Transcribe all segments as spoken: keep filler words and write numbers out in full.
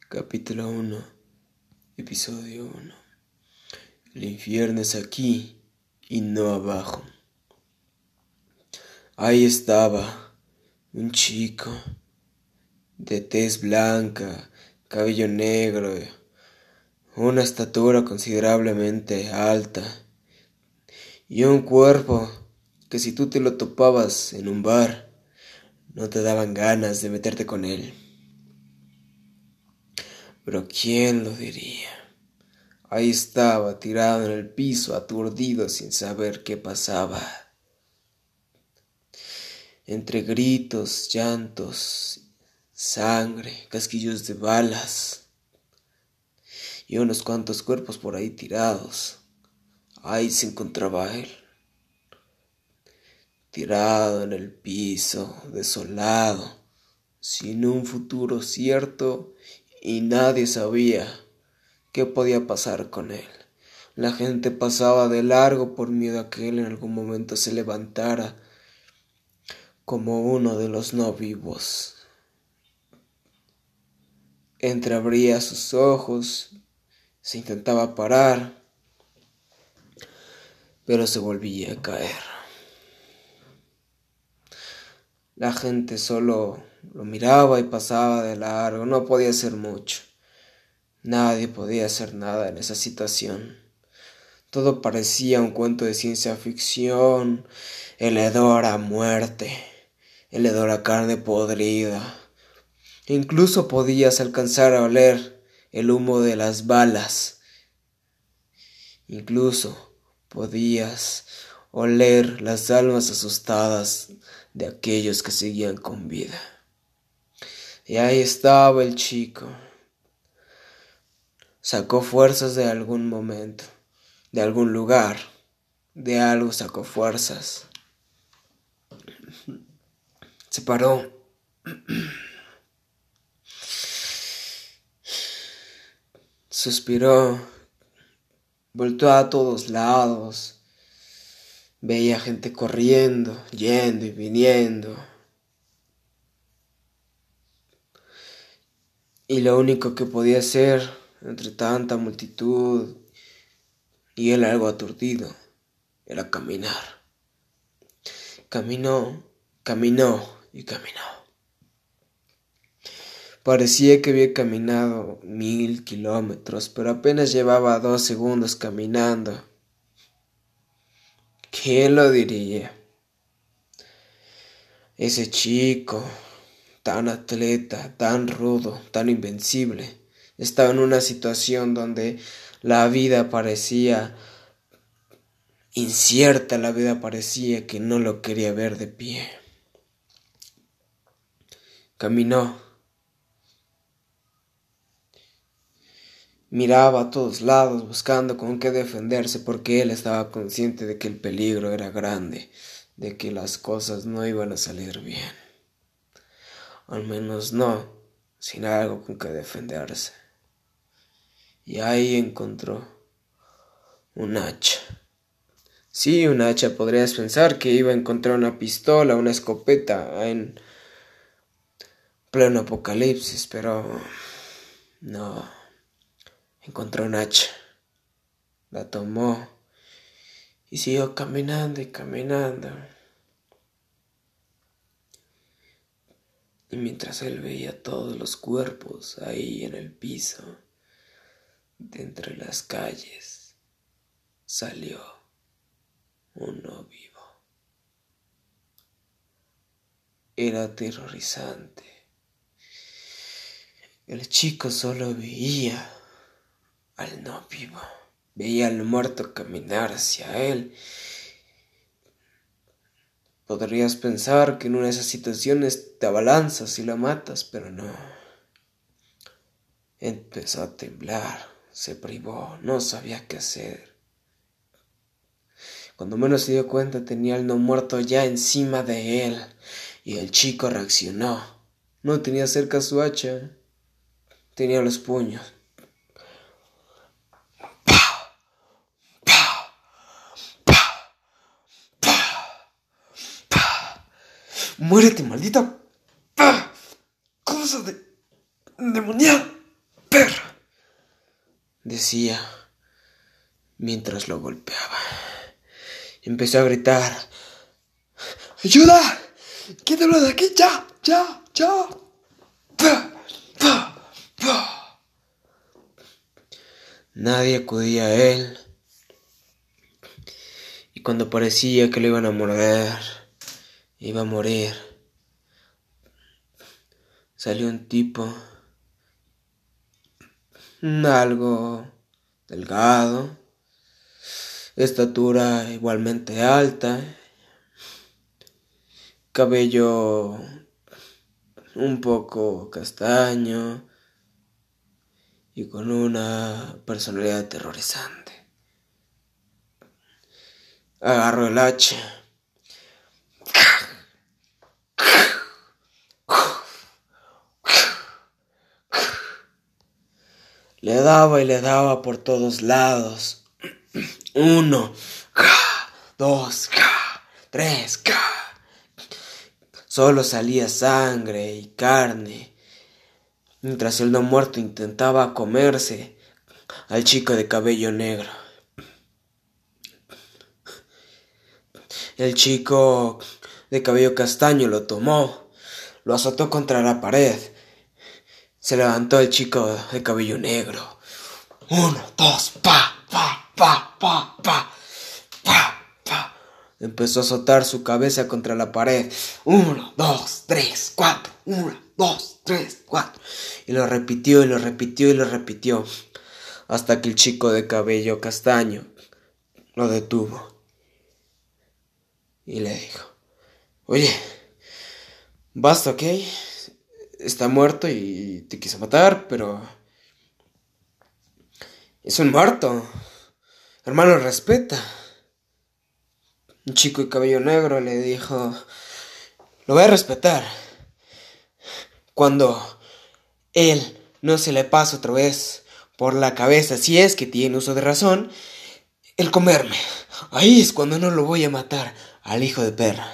Capítulo uno, Episodio uno. El infierno es aquí y no abajo. Ahí estaba un chico de tez blanca, cabello negro, una estatura considerablemente alta y un cuerpo que si tú te lo topabas en un bar no te daban ganas de meterte con él. Pero ¿quién lo diría? Ahí estaba, tirado en el piso, aturdido, sin saber qué pasaba. Entre gritos, llantos, sangre, casquillos de balas y unos cuantos cuerpos por ahí tirados, ahí se encontraba él, tirado en el piso, desolado, sin un futuro cierto, y nadie sabía qué podía pasar con él. La gente pasaba de largo por miedo a que él en algún momento se levantara como uno de los no vivos. Entreabría sus ojos, se intentaba parar, pero se volvía a caer. La gente solo lo miraba y pasaba de largo, no podía hacer mucho. Nadie podía hacer nada en esa situación. Todo parecía un cuento de ciencia ficción, el hedor a muerte, el hedor a carne podrida. Incluso podías alcanzar a oler el humo de las balas. Incluso podías oler las almas asustadas de aquellos que seguían con vida. Y ahí estaba el chico. Sacó fuerzas de algún momento, de algún lugar, de algo sacó fuerzas. Se paró. Suspiró. Voltó a todos lados. Veía gente corriendo, yendo y viniendo. Y lo único que podía hacer entre tanta multitud y él algo aturdido era caminar. Caminó, caminó y caminó. Parecía que había caminado mil kilómetros, pero apenas llevaba dos segundos caminando. ¿Quién lo diría? Ese chico, tan atleta, tan rudo, tan invencible, estaba en una situación donde la vida parecía incierta, la vida parecía que no lo quería ver de pie. Caminó. Miraba a todos lados buscando con qué defenderse porque él estaba consciente de que el peligro era grande, de que las cosas no iban a salir bien. Al menos no sin algo con que defenderse. Y ahí encontró un hacha. Sí, un hacha. Podrías pensar que iba a encontrar una pistola, una escopeta en pleno apocalipsis, pero no. Encontró un hacha. La tomó y siguió caminando y caminando. Y mientras él veía todos los cuerpos ahí en el piso, de entre las calles, salió uno vivo. Era aterrorizante. El chico solo veía al no vivo. Veía al muerto caminar hacia él. Podrías pensar que en una de esas situaciones te abalanzas y la matas, pero no. Empezó a temblar, se privó, no sabía qué hacer. Cuando menos se dio cuenta tenía al no muerto ya encima de él y el chico reaccionó. No tenía cerca su hacha, tenía los puños. ¡Muérete, maldita cosa de endemoniada! decía mientras lo golpeaba. Empezó a gritar: ¡ayuda! ¡Quítalo de aquí! ¡Ya! ¡Ya! ¡Ya! ¡Pah! ¡Pah! ¡Pah! Nadie acudía a él, y cuando parecía que lo iban a morder, iba a morir, salió un tipo, algo delgado, estatura igualmente alta, cabello un poco castaño y con una personalidad aterrorizante. Agarró el hacha. Le daba y le daba por todos lados. Uno, dos, tres. Solo salía sangre y carne, mientras el no muerto intentaba comerse al chico de cabello negro. El chico de cabello castaño lo tomó, lo azotó contra la pared. Se levantó el chico de cabello negro. Uno, dos, pa, pa, pa, pa, pa, pa, pa. Empezó a azotar su cabeza contra la pared. Uno, dos, tres, cuatro. Uno, dos, tres, cuatro. Y lo repitió y lo repitió y lo repitió, hasta que el chico de cabello castaño lo detuvo y le dijo: oye, basta, ¿ok? Está muerto y te quiso matar, pero es un muerto. Hermano, respeta. Un chico de cabello negro le dijo: lo voy a respetar cuando él no se le pase otra vez por la cabeza, si es que tiene uso de razón, el comerme. Ahí es cuando no lo voy a matar al hijo de perra.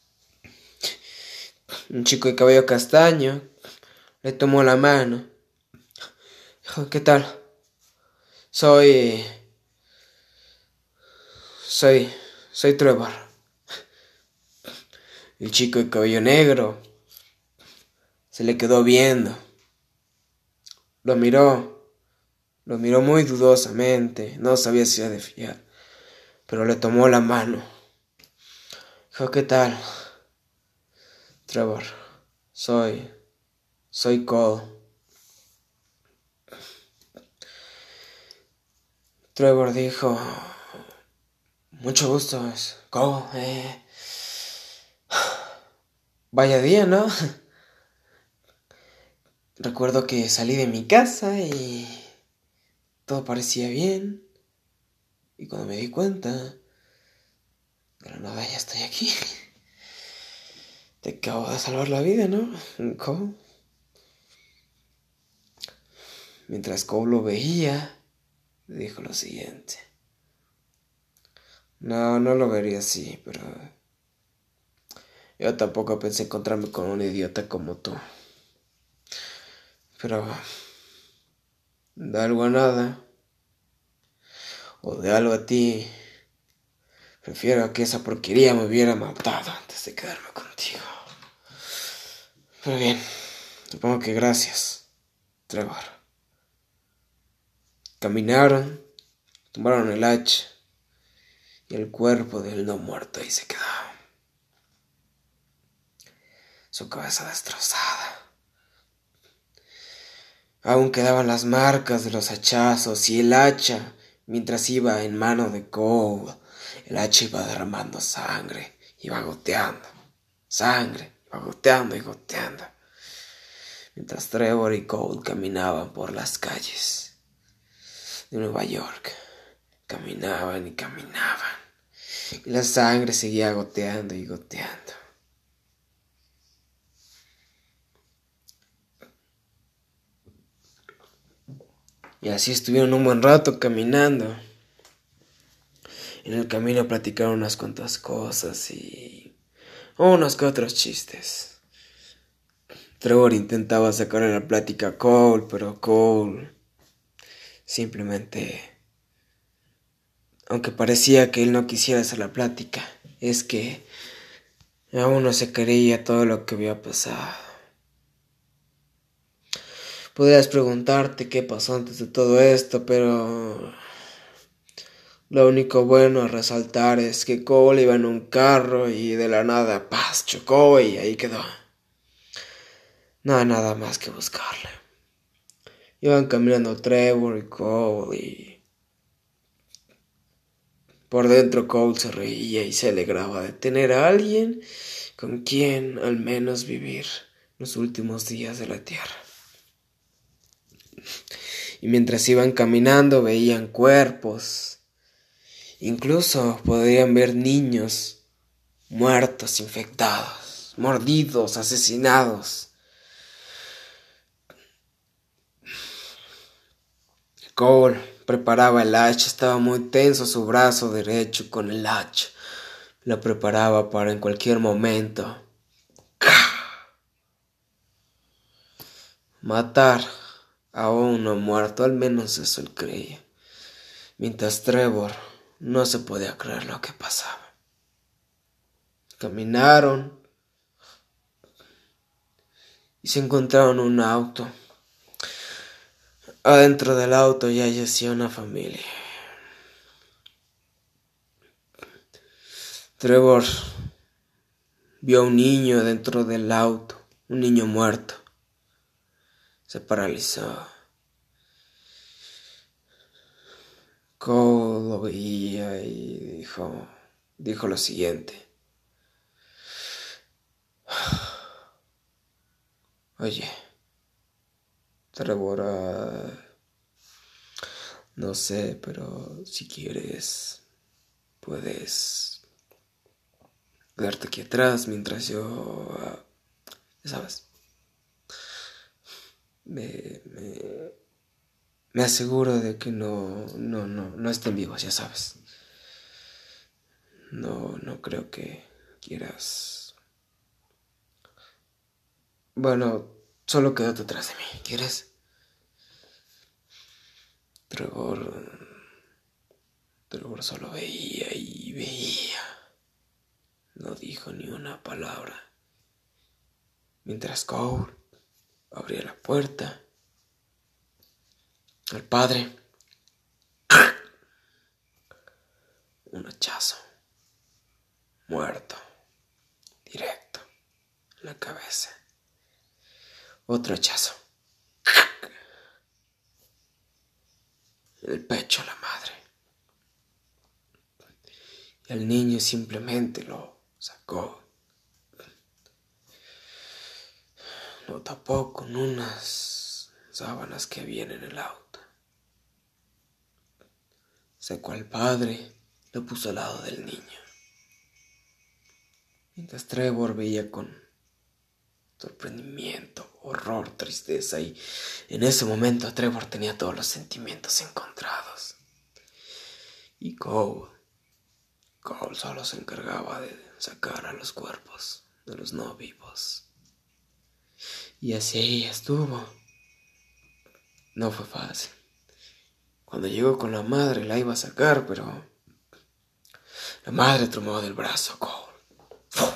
Un chico de cabello castaño le tomó la mano. Dijo: ¿qué tal? Soy... Soy... Soy Trevor. El chico de cabello negro se le quedó viendo. Lo miró. Lo miró muy dudosamente. No sabía si era de fiar. Pero le tomó la mano. Dijo: ¿qué tal? Trevor. Soy... Soy Cole. Trevor dijo: mucho gusto, es Cole. Eh... Vaya día, ¿no? Recuerdo que salí de mi casa y todo parecía bien. Y cuando me di cuenta, de la nada ya estoy aquí. Te acabo de salvar la vida, ¿no, Cole? Mientras Cole lo veía, dijo lo siguiente: no, no lo vería así, pero yo tampoco pensé encontrarme con un idiota como tú. Pero de algo a nada, o de algo a ti, prefiero que esa porquería me hubiera matado antes de quedarme contigo. Pero bien, supongo que gracias, Trevor. Caminaron, tomaron el hacha y el cuerpo del no muerto ahí se quedó. Su cabeza destrozada. Aún quedaban las marcas de los hachazos y el hacha, mientras iba en mano de Cole, el hacha iba derramando sangre, iba goteando, sangre, iba goteando y goteando, mientras Trevor y Cole caminaban por las calles de Nueva York. Caminaban y caminaban, y la sangre seguía goteando y goteando. Y así estuvieron un buen rato caminando. En el camino platicaron unas cuantas cosas y unos que otros chistes. Trevor intentaba sacarle la plática a Cole, pero Cole Simplemente, aunque parecía que él no quisiera hacer la plática, es que aún no se creía todo lo que había pasado. Podrías preguntarte qué pasó antes de todo esto, pero lo único bueno a resaltar es que Cole iba en un carro y de la nada, paz, chocó y ahí quedó. No hay nada más que buscarle. Iban caminando Trevor y Cole y por dentro Cole se reía y se alegraba de tener a alguien con quien al menos vivir los últimos días de la tierra. Y mientras iban caminando veían cuerpos, incluso podían ver niños muertos, infectados, mordidos, asesinados. Cole preparaba el hacha, estaba muy tenso su brazo derecho con el hacha. Lo preparaba para en cualquier momento matar a uno muerto, al menos eso él creía. Mientras Trevor no se podía creer lo que pasaba. Caminaron y se encontraron un auto. Adentro del auto ya yacía una familia. Trevor vio a un niño dentro del auto, un niño muerto. Se paralizó. Cole lo veía y dijo, dijo lo siguiente. Oye, Trevor, uh, no sé, pero si quieres, puedes quedarte aquí atrás mientras yo, uh, ya sabes, me, me, me aseguro de que no, no, no, no estén vivos, ya sabes. No, no creo que quieras. Bueno, solo quédate atrás de mí, ¿quieres? Trevor, Trevor solo veía y veía. No dijo ni una palabra. Mientras Cole abría la puerta, el padre, un hachazo, muerto, directo, en la cabeza. Otro hachazo, en el pecho a la madre. Y el niño simplemente lo sacó. Lo tapó con unas sábanas que había en el auto. Sacó al padre, lo puso al lado del niño. Mientras Trevor veía con sorprendimiento, horror, tristeza, y en ese momento Trevor tenía todos los sentimientos encontrados. Y Cole, Cole solo se encargaba de sacar a los cuerpos de los no vivos. Y así estuvo. No fue fácil. Cuando llegó con la madre la iba a sacar, pero la madre tomó del brazo a Cole.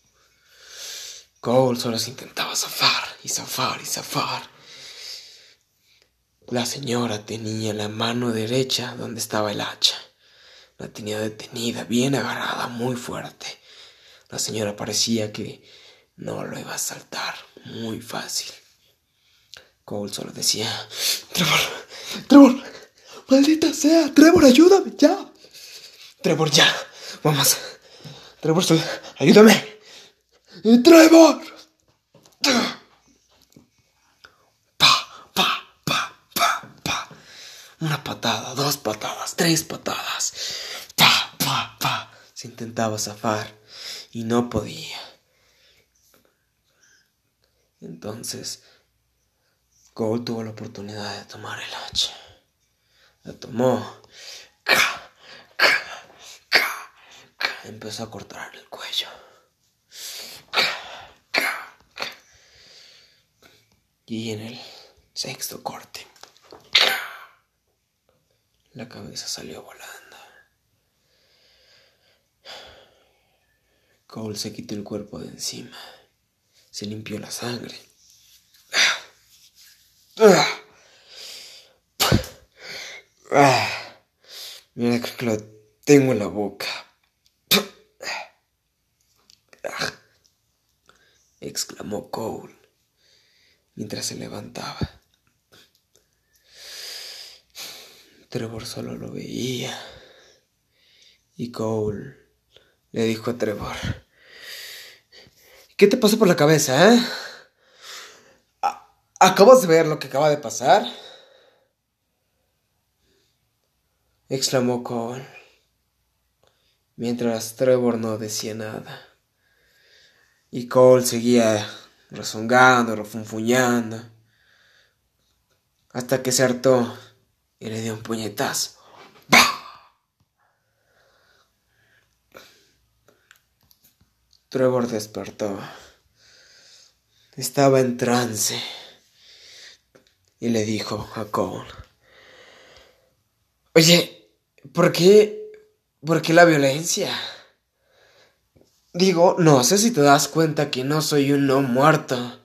Cole solo se intentaba zafar y zafar y zafar. La señora tenía la mano derecha donde estaba el hacha. La tenía detenida, bien agarrada, muy fuerte. La señora parecía que no lo iba a saltar muy fácil. Cole solo decía, Trevor, Trevor, maldita sea, Trevor, ayúdame, ya. Trevor, ya, vamos. Trevor, ayúdame. Trevor. Pa, pa, pa, pa, pa. Una patada, dos patadas, tres patadas. Pa, pa, pa. Se intentaba zafar y no podía. Entonces, Cole tuvo la oportunidad de tomar el hacha. La tomó. Ca, ca, ca, ca. Empezó a cortar el cuello. Ca, ca, ca. Y en el sexto corte, La cabeza salió volando. Cole se quitó el cuerpo de encima. Se limpió la sangre. Mira que lo tengo en la boca. Exclamó Cole mientras se levantaba. Trevor solo lo veía. Y Cole le dijo a Trevor: ¿qué te pasó por la cabeza, eh? ¿Acabas de ver lo que acaba de pasar?, exclamó Cole, mientras Trevor no decía nada. Y Cole seguía rezongando, refunfuñando, hasta que se hartó y le dio un puñetazo. ¡Bah! Trevor despertó. Estaba en trance y le dijo a Cole: oye, ¿por qué, por qué la violencia? Digo, no sé si te das cuenta que no soy un no muerto.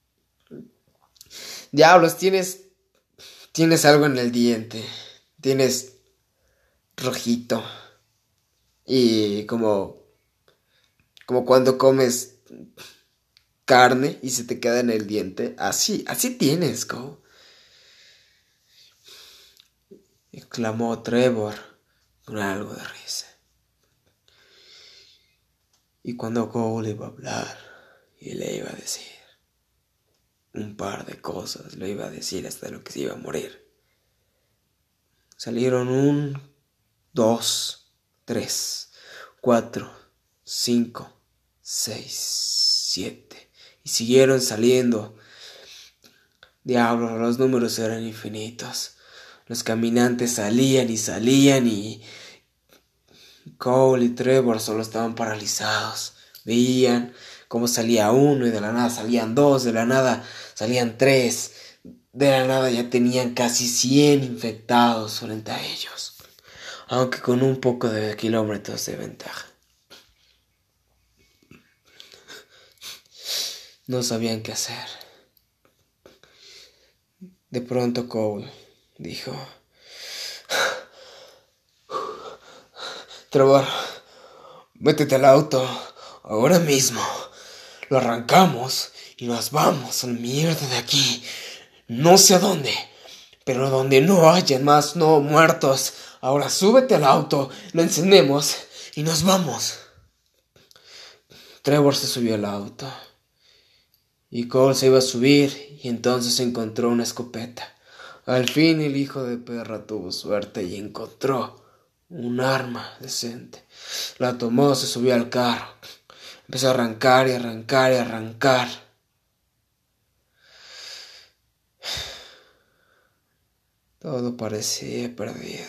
Diablos, tienes, tienes algo en el diente. Tienes rojito. Y como, como cuando comes carne y se te queda en el diente. Así, así tienes, Cole, exclamó Trevor con algo de risa. Y cuando Cole iba a hablar y le iba a decir un par de cosas, le iba a decir hasta lo que se iba a morir, salieron un, dos, tres, cuatro, cinco, seis, siete, y siguieron saliendo. Diablos, los números eran infinitos. Los caminantes salían y salían y Cole y Trevor solo estaban paralizados. Veían cómo salía uno y de la nada salían dos, de la nada salían tres, de la nada ya tenían casi cien infectados frente a ellos, aunque con un poco de kilómetros de ventaja. No sabían qué hacer. De pronto Cole dijo: Trevor, métete al auto ahora mismo. Lo arrancamos y nos vamos a la mierda de aquí. No sé a dónde, pero donde no haya más no muertos. Ahora súbete al auto, lo encendemos y nos vamos. Trevor se subió al auto y Cole se iba a subir y entonces encontró una escopeta. Al fin el hijo de perra tuvo suerte y encontró un arma decente. La tomó, se subió al carro. Empezó a arrancar y arrancar y arrancar. Todo parecía perdido.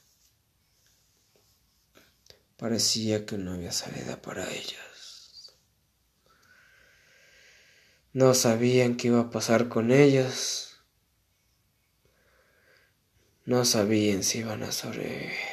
Parecía que no había salida para ellos. No sabían qué iba a pasar con ellos. No sabían si iban a sobrevivir.